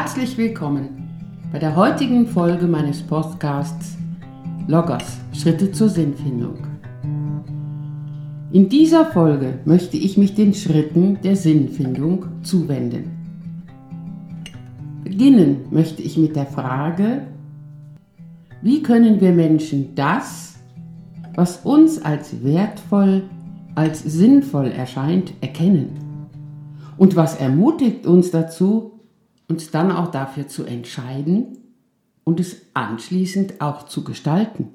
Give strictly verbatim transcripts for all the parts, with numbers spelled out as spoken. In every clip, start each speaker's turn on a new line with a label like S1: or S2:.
S1: Herzlich willkommen bei der heutigen Folge meines Podcasts Logos – Schritte zur Sinnfindung. In dieser Folge möchte ich mich den Schritten der Sinnfindung zuwenden. Beginnen möchte ich mit der Frage: Wie können wir Menschen das, was uns als wertvoll, als sinnvoll erscheint, erkennen? Und was ermutigt uns dazu, uns dann auch dafür zu entscheiden und es anschließend auch zu gestalten?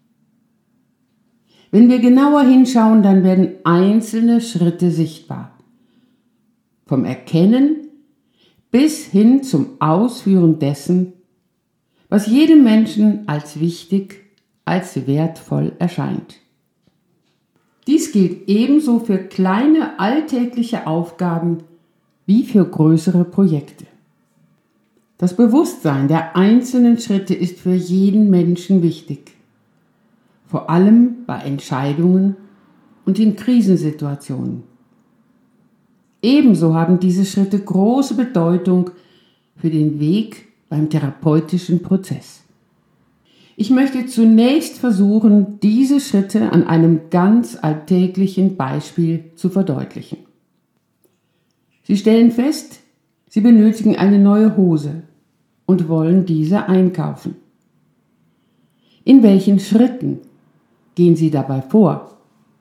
S1: Wenn wir genauer hinschauen, dann werden einzelne Schritte sichtbar. Vom Erkennen bis hin zum Ausführen dessen, was jedem Menschen als wichtig, als wertvoll erscheint. Dies gilt ebenso für kleine alltägliche Aufgaben wie für größere Projekte. Das Bewusstsein der einzelnen Schritte ist für jeden Menschen wichtig, vor allem bei Entscheidungen und in Krisensituationen. Ebenso haben diese Schritte große Bedeutung für den Weg beim therapeutischen Prozess. Ich möchte zunächst versuchen, diese Schritte an einem ganz alltäglichen Beispiel zu verdeutlichen. Sie stellen fest, Sie benötigen eine neue Hose und wollen diese einkaufen. In welchen Schritten gehen Sie dabei vor?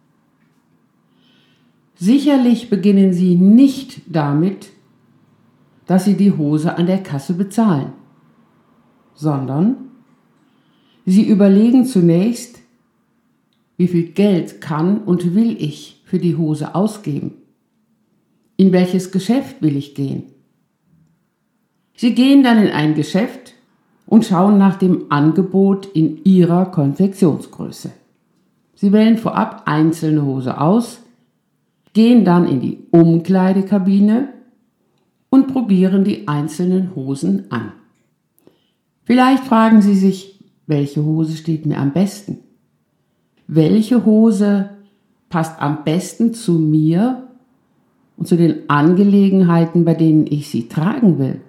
S1: Sicherlich beginnen Sie nicht damit, dass Sie die Hose an der Kasse bezahlen, sondern Sie überlegen zunächst, wie viel Geld kann und will ich für die Hose ausgeben? In welches Geschäft will ich gehen? Sie gehen dann in ein Geschäft und schauen nach dem Angebot in Ihrer Konfektionsgröße. Sie wählen vorab einzelne Hose aus, gehen dann in die Umkleidekabine und probieren die einzelnen Hosen an. Vielleicht fragen Sie sich, welche Hose steht mir am besten? Welche Hose passt am besten zu mir und zu den Angelegenheiten, bei denen ich sie tragen will?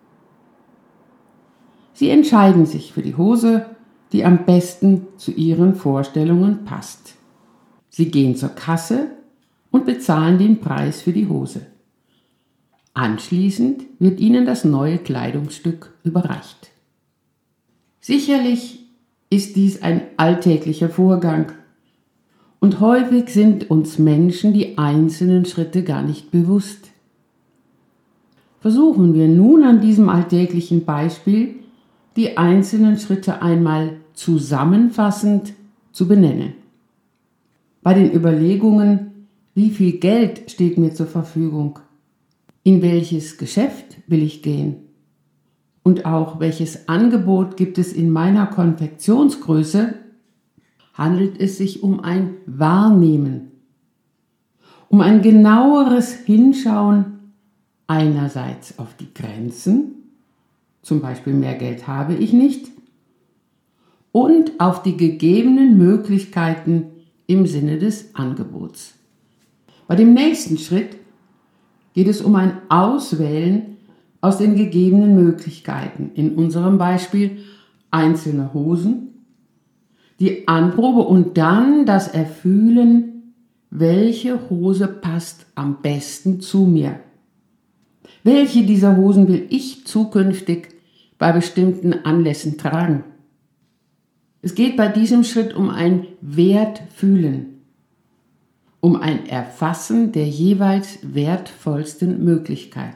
S1: Sie entscheiden sich für die Hose, die am besten zu Ihren Vorstellungen passt. Sie gehen zur Kasse und bezahlen den Preis für die Hose. Anschließend wird Ihnen das neue Kleidungsstück überreicht. Sicherlich ist dies ein alltäglicher Vorgang und häufig sind uns Menschen die einzelnen Schritte gar nicht bewusst. Versuchen wir nun an diesem alltäglichen Beispiel die einzelnen Schritte einmal zusammenfassend zu benennen. Bei den Überlegungen, wie viel Geld steht mir zur Verfügung, in welches Geschäft will ich gehen und auch welches Angebot gibt es in meiner Konfektionsgröße, handelt es sich um ein Wahrnehmen, um ein genaueres Hinschauen einerseits auf die Grenzen, zum Beispiel mehr Geld habe ich nicht, und auf die gegebenen Möglichkeiten im Sinne des Angebots. Bei dem nächsten Schritt geht es um ein Auswählen aus den gegebenen Möglichkeiten, in unserem Beispiel einzelne Hosen, die Anprobe und dann das Erfühlen, welche Hose passt am besten zu mir. Welche dieser Hosen will ich zukünftig bei bestimmten Anlässen tragen? Es geht bei diesem Schritt um ein Wertfühlen, um ein Erfassen der jeweils wertvollsten Möglichkeit.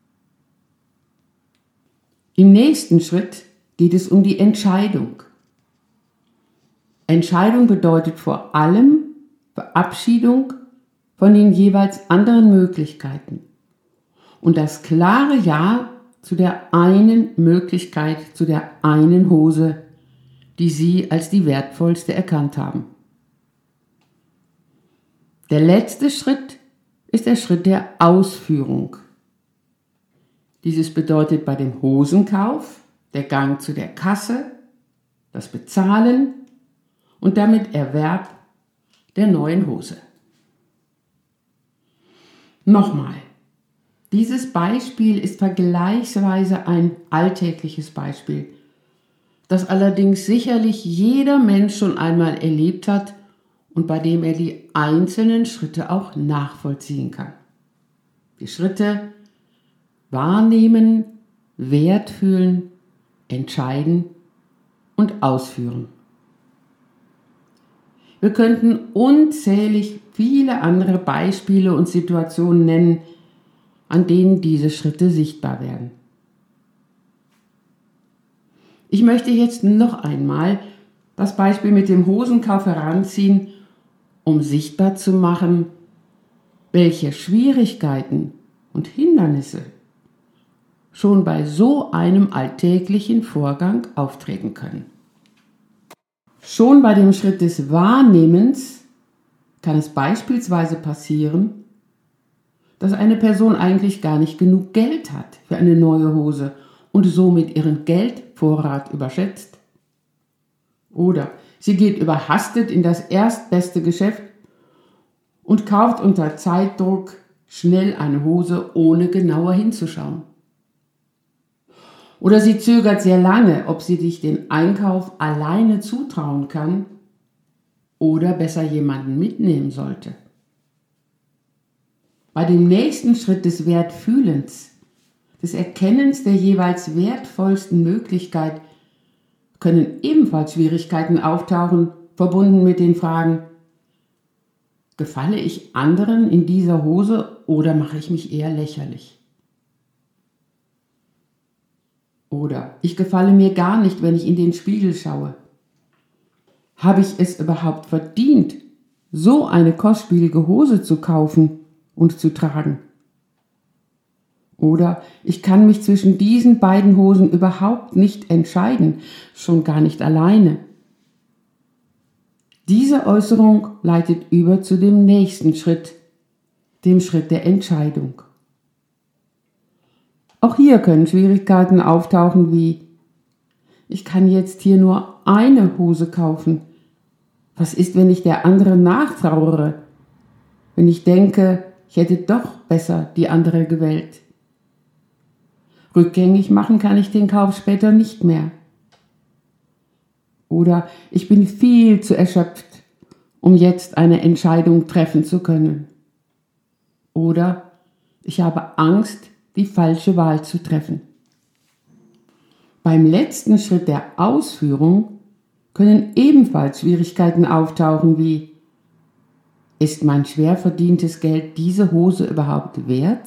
S1: Im nächsten Schritt geht es um die Entscheidung. Entscheidung bedeutet vor allem Verabschiedung von den jeweils anderen Möglichkeiten und das klare Ja zu der einen Möglichkeit, zu der einen Hose, die Sie als die wertvollste erkannt haben. Der letzte Schritt ist der Schritt der Ausführung. Dieses bedeutet bei dem Hosenkauf der Gang zu der Kasse, das Bezahlen und damit Erwerb der neuen Hose. Nochmal. Dieses Beispiel ist vergleichsweise ein alltägliches Beispiel, das allerdings sicherlich jeder Mensch schon einmal erlebt hat und bei dem er die einzelnen Schritte auch nachvollziehen kann. Die Schritte wahrnehmen, Wert fühlen, entscheiden und ausführen. Wir könnten unzählig viele andere Beispiele und Situationen nennen, an denen diese Schritte sichtbar werden. Ich möchte jetzt noch einmal das Beispiel mit dem Hosenkauf heranziehen, um sichtbar zu machen, welche Schwierigkeiten und Hindernisse schon bei so einem alltäglichen Vorgang auftreten können. Schon bei dem Schritt des Wahrnehmens kann es beispielsweise passieren, dass eine Person eigentlich gar nicht genug Geld hat für eine neue Hose und somit ihren Geldvorrat überschätzt. Oder sie geht überhastet in das erstbeste Geschäft und kauft unter Zeitdruck schnell eine Hose, ohne genauer hinzuschauen. Oder sie zögert sehr lange, ob sie sich den Einkauf alleine zutrauen kann oder besser jemanden mitnehmen sollte. Bei dem nächsten Schritt des Wertfühlens, des Erkennens der jeweils wertvollsten Möglichkeit, können ebenfalls Schwierigkeiten auftauchen, verbunden mit den Fragen: Gefalle ich anderen in dieser Hose oder mache ich mich eher lächerlich? Oder ich gefalle mir gar nicht, wenn ich in den Spiegel schaue. Habe ich es überhaupt verdient, so eine kostspielige Hose zu kaufen und zu tragen? Oder ich kann mich zwischen diesen beiden Hosen überhaupt nicht entscheiden, schon gar nicht alleine. Diese Äußerung leitet über zu dem nächsten Schritt, dem Schritt der Entscheidung. Auch hier können Schwierigkeiten auftauchen wie: Ich kann jetzt hier nur eine Hose kaufen. Was ist, wenn ich der anderen nachtrauere? Wenn ich denke, ich hätte doch besser die andere gewählt? Rückgängig machen kann ich den Kauf später nicht mehr. Oder ich bin viel zu erschöpft, um jetzt eine Entscheidung treffen zu können. Oder ich habe Angst, die falsche Wahl zu treffen. Beim letzten Schritt der Ausführung können ebenfalls Schwierigkeiten auftauchen wie: Ist mein schwer verdientes Geld diese Hose überhaupt wert?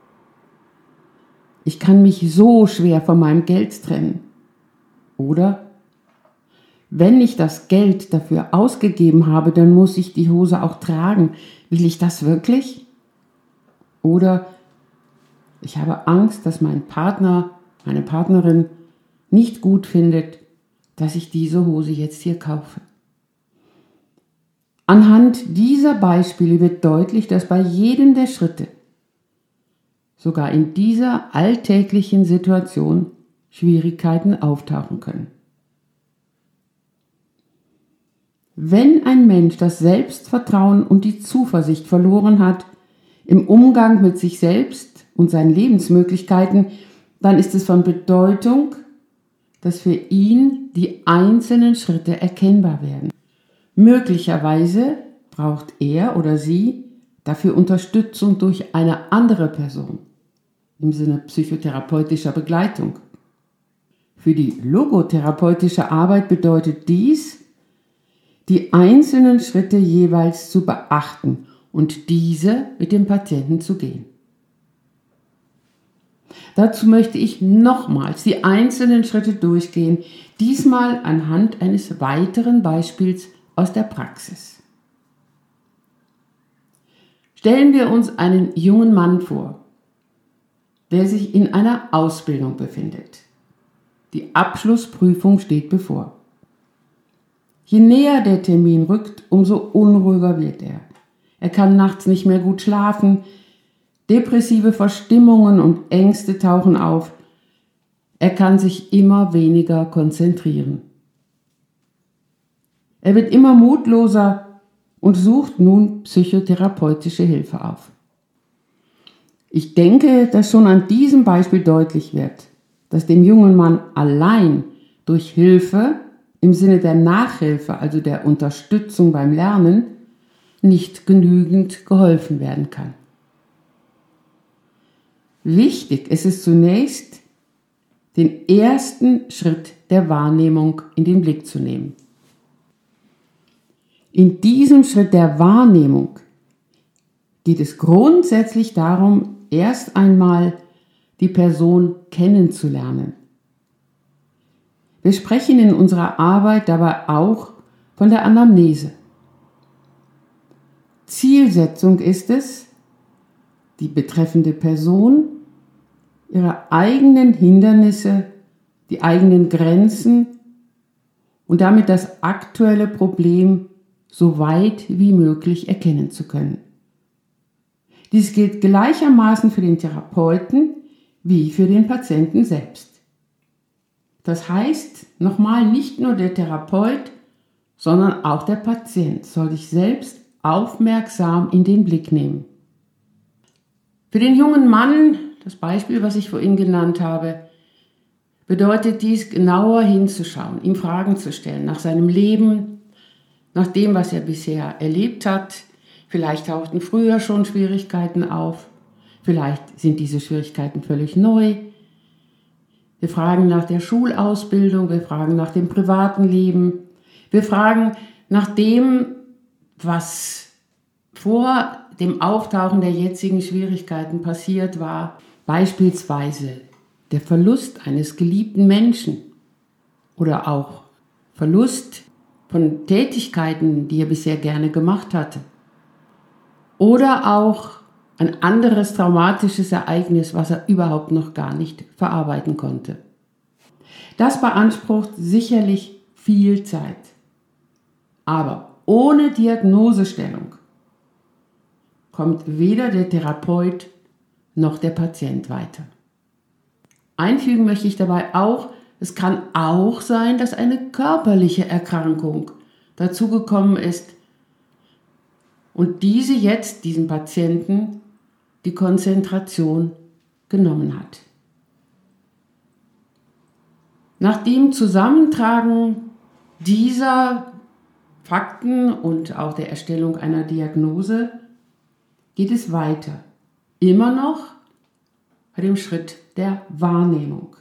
S1: Ich kann mich so schwer von meinem Geld trennen. Oder: Wenn ich das Geld dafür ausgegeben habe, dann muss ich die Hose auch tragen. Will ich das wirklich? Oder: Ich habe Angst, dass mein Partner, meine Partnerin nicht gut findet, dass ich diese Hose jetzt hier kaufe. Anhand dieser Beispiele wird deutlich, dass bei jedem der Schritte, sogar in dieser alltäglichen Situation, Schwierigkeiten auftauchen können. Wenn ein Mensch das Selbstvertrauen und die Zuversicht verloren hat im Umgang mit sich selbst und seinen Lebensmöglichkeiten, dann ist es von Bedeutung, dass für ihn die einzelnen Schritte erkennbar werden. Möglicherweise braucht er oder sie dafür Unterstützung durch eine andere Person im Sinne psychotherapeutischer Begleitung. Für die logotherapeutische Arbeit bedeutet dies, die einzelnen Schritte jeweils zu beachten und diese mit dem Patienten zu gehen. Dazu möchte ich nochmals die einzelnen Schritte durchgehen, diesmal anhand eines weiteren Beispiels aus der Praxis. Stellen wir uns einen jungen Mann vor, der sich in einer Ausbildung befindet. Die Abschlussprüfung steht bevor. Je näher der Termin rückt, umso unruhiger wird er. Er kann nachts nicht mehr gut schlafen, depressive Verstimmungen und Ängste tauchen auf. Er kann sich immer weniger konzentrieren. Er wird immer mutloser und sucht nun psychotherapeutische Hilfe auf. Ich denke, dass schon an diesem Beispiel deutlich wird, dass dem jungen Mann allein durch Hilfe im Sinne der Nachhilfe, also der Unterstützung beim Lernen, nicht genügend geholfen werden kann. Wichtig ist es zunächst, den ersten Schritt der Wahrnehmung in den Blick zu nehmen. In diesem Schritt der Wahrnehmung geht es grundsätzlich darum, erst einmal die Person kennenzulernen. Wir sprechen in unserer Arbeit dabei auch von der Anamnese. Zielsetzung ist es, die betreffende Person, ihre eigenen Hindernisse, die eigenen Grenzen und damit das aktuelle Problem so weit wie möglich erkennen zu können. Dies gilt gleichermaßen für den Therapeuten wie für den Patienten selbst. Das heißt, nochmal, nicht nur der Therapeut, sondern auch der Patient soll sich selbst aufmerksam in den Blick nehmen. Für den jungen Mann, das Beispiel, was ich vorhin genannt habe, bedeutet dies, genauer hinzuschauen, ihm Fragen zu stellen nach seinem Leben, nach dem, was er bisher erlebt hat. Vielleicht tauchten früher schon Schwierigkeiten auf, vielleicht sind diese Schwierigkeiten völlig neu. Wir fragen nach der Schulausbildung, wir fragen nach dem privaten Leben, wir fragen nach dem, was vor dem Auftauchen der jetzigen Schwierigkeiten passiert war. Beispielsweise der Verlust eines geliebten Menschen oder auch Verlust von Tätigkeiten, die er bisher gerne gemacht hatte. Oder auch ein anderes traumatisches Ereignis, was er überhaupt noch gar nicht verarbeiten konnte. Das beansprucht sicherlich viel Zeit. Aber ohne Diagnosestellung kommt weder der Therapeut noch der Patient weiter. Einfügen möchte ich dabei auch, es kann auch sein, dass eine körperliche Erkrankung dazugekommen ist und diese jetzt, diesen Patienten, die Konzentration genommen hat. Nach dem Zusammentragen dieser Fakten und auch der Erstellung einer Diagnose geht es weiter. Immer noch bei dem Schritt der Wahrnehmung.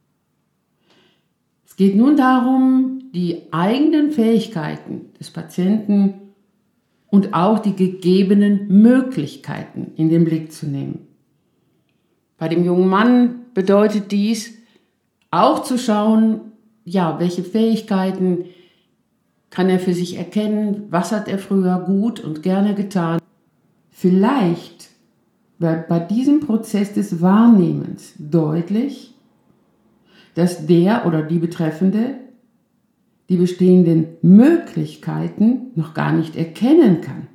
S1: Es geht nun darum, die eigenen Fähigkeiten des Patienten und auch die gegebenen Möglichkeiten in den Blick zu nehmen. Bei dem jungen Mann bedeutet dies, auch zu schauen, ja, welche Fähigkeiten kann er für sich erkennen, was hat er früher gut und gerne getan. Vielleicht wird bei diesem Prozess des Wahrnehmens deutlich, dass der oder die Betreffende die bestehenden Möglichkeiten noch gar nicht erkennen kann.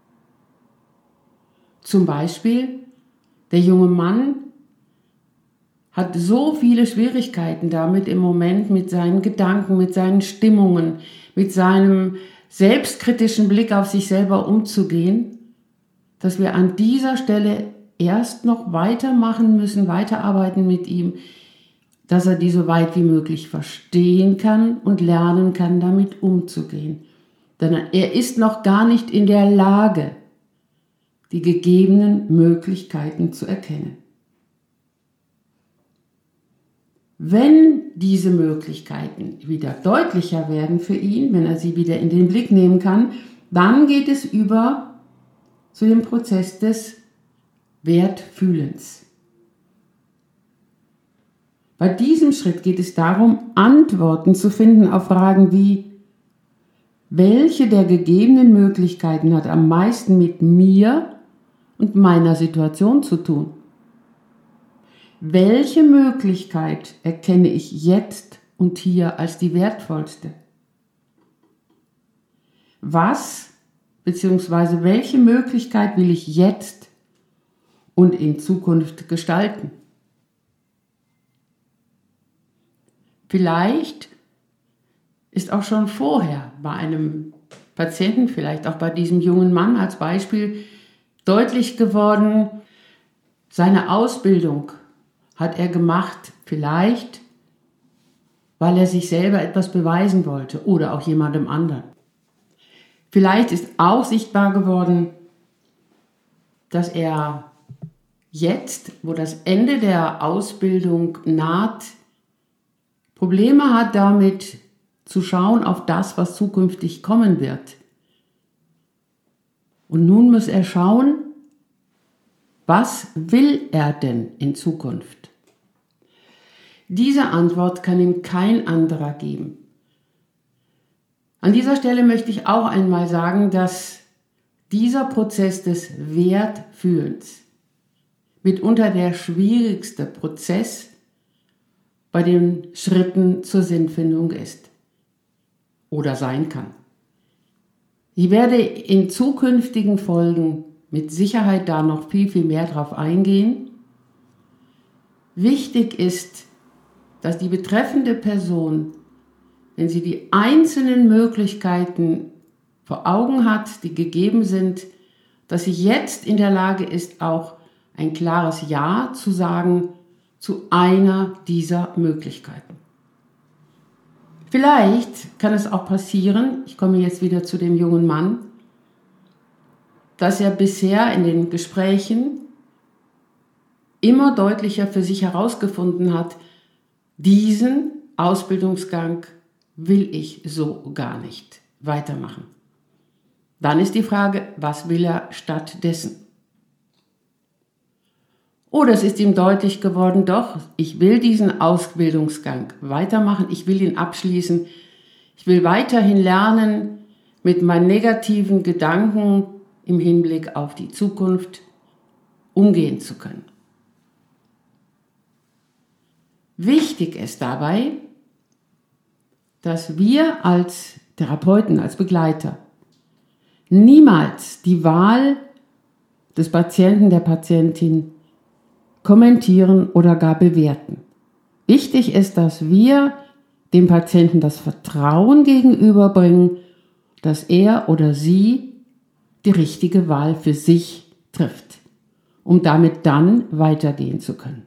S1: Zum Beispiel, der junge Mann hat so viele Schwierigkeiten damit im Moment mit seinen Gedanken, mit seinen Stimmungen, mit seinem selbstkritischen Blick auf sich selber umzugehen, dass wir an dieser Stelle erst noch weitermachen müssen, weiterarbeiten mit ihm, dass er die so weit wie möglich verstehen kann und lernen kann, damit umzugehen. Denn er ist noch gar nicht in der Lage, die gegebenen Möglichkeiten zu erkennen. Wenn diese Möglichkeiten wieder deutlicher werden für ihn, wenn er sie wieder in den Blick nehmen kann, dann geht es über zu dem Prozess des Wertfühlens. Bei diesem Schritt geht es darum, Antworten zu finden auf Fragen wie: Welche der gegebenen Möglichkeiten hat am meisten mit mir und meiner Situation zu tun? Welche Möglichkeit erkenne ich jetzt und hier als die wertvollste? Was bzw. welche Möglichkeit will ich jetzt und in Zukunft gestalten? Vielleicht ist auch schon vorher bei einem Patienten, vielleicht auch bei diesem jungen Mann als Beispiel, deutlich geworden, Seine Ausbildung hat er gemacht, vielleicht, weil er sich selber etwas beweisen wollte oder auch jemandem anderen. Vielleicht ist auch sichtbar geworden, dass er jetzt, wo das Ende der Ausbildung naht, Probleme hat damit zu schauen auf das, was zukünftig kommen wird. Und nun muss er schauen, was will er denn in Zukunft? Diese Antwort kann ihm kein anderer geben. An dieser Stelle möchte ich auch einmal sagen, dass dieser Prozess des Wertfühlens mitunter der schwierigste Prozess bei den Schritten zur Sinnfindung ist oder sein kann. Ich werde in zukünftigen Folgen mit Sicherheit da noch viel, viel mehr drauf eingehen. Wichtig ist, dass die betreffende Person, wenn sie die einzelnen Möglichkeiten vor Augen hat, die gegeben sind, dass sie jetzt in der Lage ist, auch ein klares Ja zu sagen zu einer dieser Möglichkeiten. Vielleicht kann es auch passieren, ich komme jetzt wieder zu dem jungen Mann, dass er bisher in den Gesprächen immer deutlicher für sich herausgefunden hat, diesen Ausbildungsgang will ich so gar nicht weitermachen. Dann ist die Frage, was will er stattdessen? Oder es ist ihm deutlich geworden, doch, ich will diesen Ausbildungsgang weitermachen, ich will ihn abschließen, ich will weiterhin lernen, mit meinen negativen Gedanken im Hinblick auf die Zukunft umgehen zu können. Wichtig ist dabei, dass wir als Therapeuten, als Begleiter niemals die Wahl des Patienten, der Patientin kommentieren oder gar bewerten. Wichtig ist, dass wir dem Patienten das Vertrauen gegenüberbringen, dass er oder sie die richtige Wahl für sich trifft, um damit dann weitergehen zu können.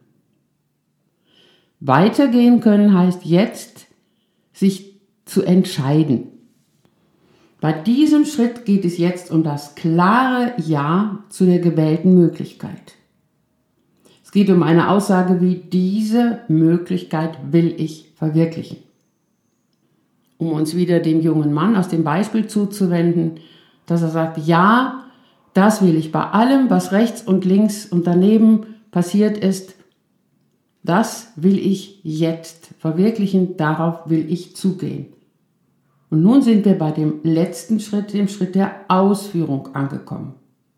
S1: Weitergehen können heißt jetzt, sich zu entscheiden. Bei diesem Schritt geht es jetzt um das klare Ja zu der gewählten Möglichkeit. Es geht um eine Aussage wie, diese Möglichkeit will ich verwirklichen. Um uns wieder dem jungen Mann aus dem Beispiel zuzuwenden, dass er sagt, ja, das will ich bei allem, was rechts und links und daneben passiert ist, das will ich jetzt verwirklichen, darauf will ich zugehen. Und nun sind wir bei dem letzten Schritt, dem Schritt der Ausführung angekommen.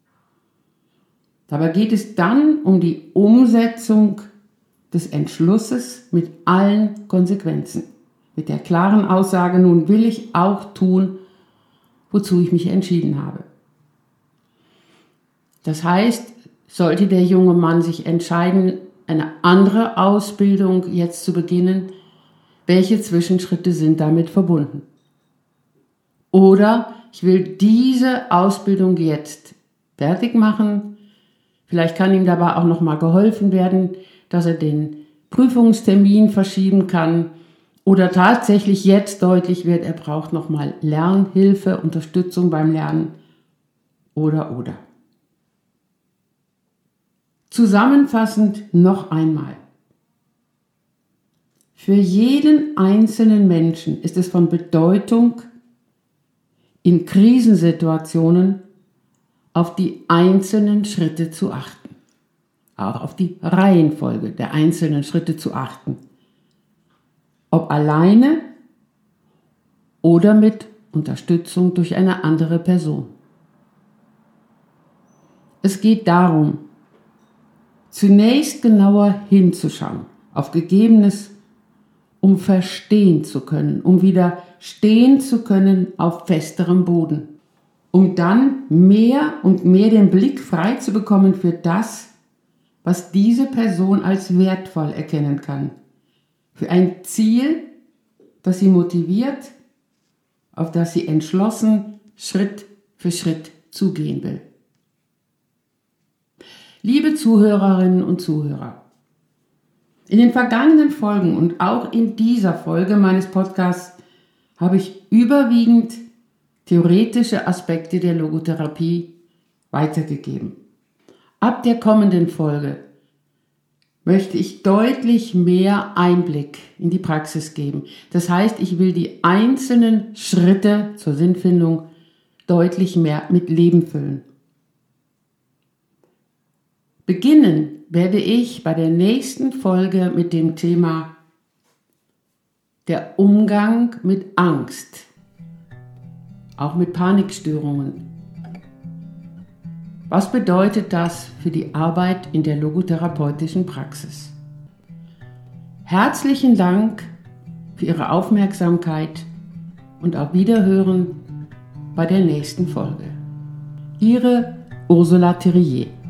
S1: Dabei geht es dann um die Umsetzung des Entschlusses mit allen Konsequenzen. Mit der klaren Aussage, nun will ich auch tun, wozu ich mich entschieden habe. Das heißt, sollte der junge Mann sich entscheiden, eine andere Ausbildung jetzt zu beginnen, welche Zwischenschritte sind damit verbunden? Oder ich will diese Ausbildung jetzt fertig machen. Vielleicht kann ihm dabei auch nochmal geholfen werden, dass er den Prüfungstermin verschieben kann oder tatsächlich jetzt deutlich wird, er braucht nochmal Lernhilfe, Unterstützung beim Lernen oder oder. Zusammenfassend noch einmal. Für jeden einzelnen Menschen ist es von Bedeutung, in Krisensituationen auf die einzelnen Schritte zu achten, auch auf die Reihenfolge der einzelnen Schritte zu achten, ob alleine oder mit Unterstützung durch eine andere Person. Es geht darum, zunächst genauer hinzuschauen auf Gegebenes, um verstehen zu können, um wieder stehen zu können auf festerem Boden, um dann mehr und mehr den Blick frei zu bekommen für das, was diese Person als wertvoll erkennen kann, für ein Ziel, das sie motiviert, auf das sie entschlossen Schritt für Schritt zugehen will. Liebe Zuhörerinnen und Zuhörer, in den vergangenen Folgen und auch in dieser Folge meines Podcasts habe ich überwiegend theoretische Aspekte der Logotherapie weitergegeben. Ab der kommenden Folge möchte ich deutlich mehr Einblick in die Praxis geben. Das heißt, ich will die einzelnen Schritte zur Sinnfindung deutlich mehr mit Leben füllen. Beginnen werde ich bei der nächsten Folge mit dem Thema der Umgang mit Angst, auch mit Panikstörungen. Was bedeutet das für die Arbeit in der logotherapeutischen Praxis? Herzlichen Dank für Ihre Aufmerksamkeit und auf Wiederhören bei der nächsten Folge. Ihre Ursula Thirier.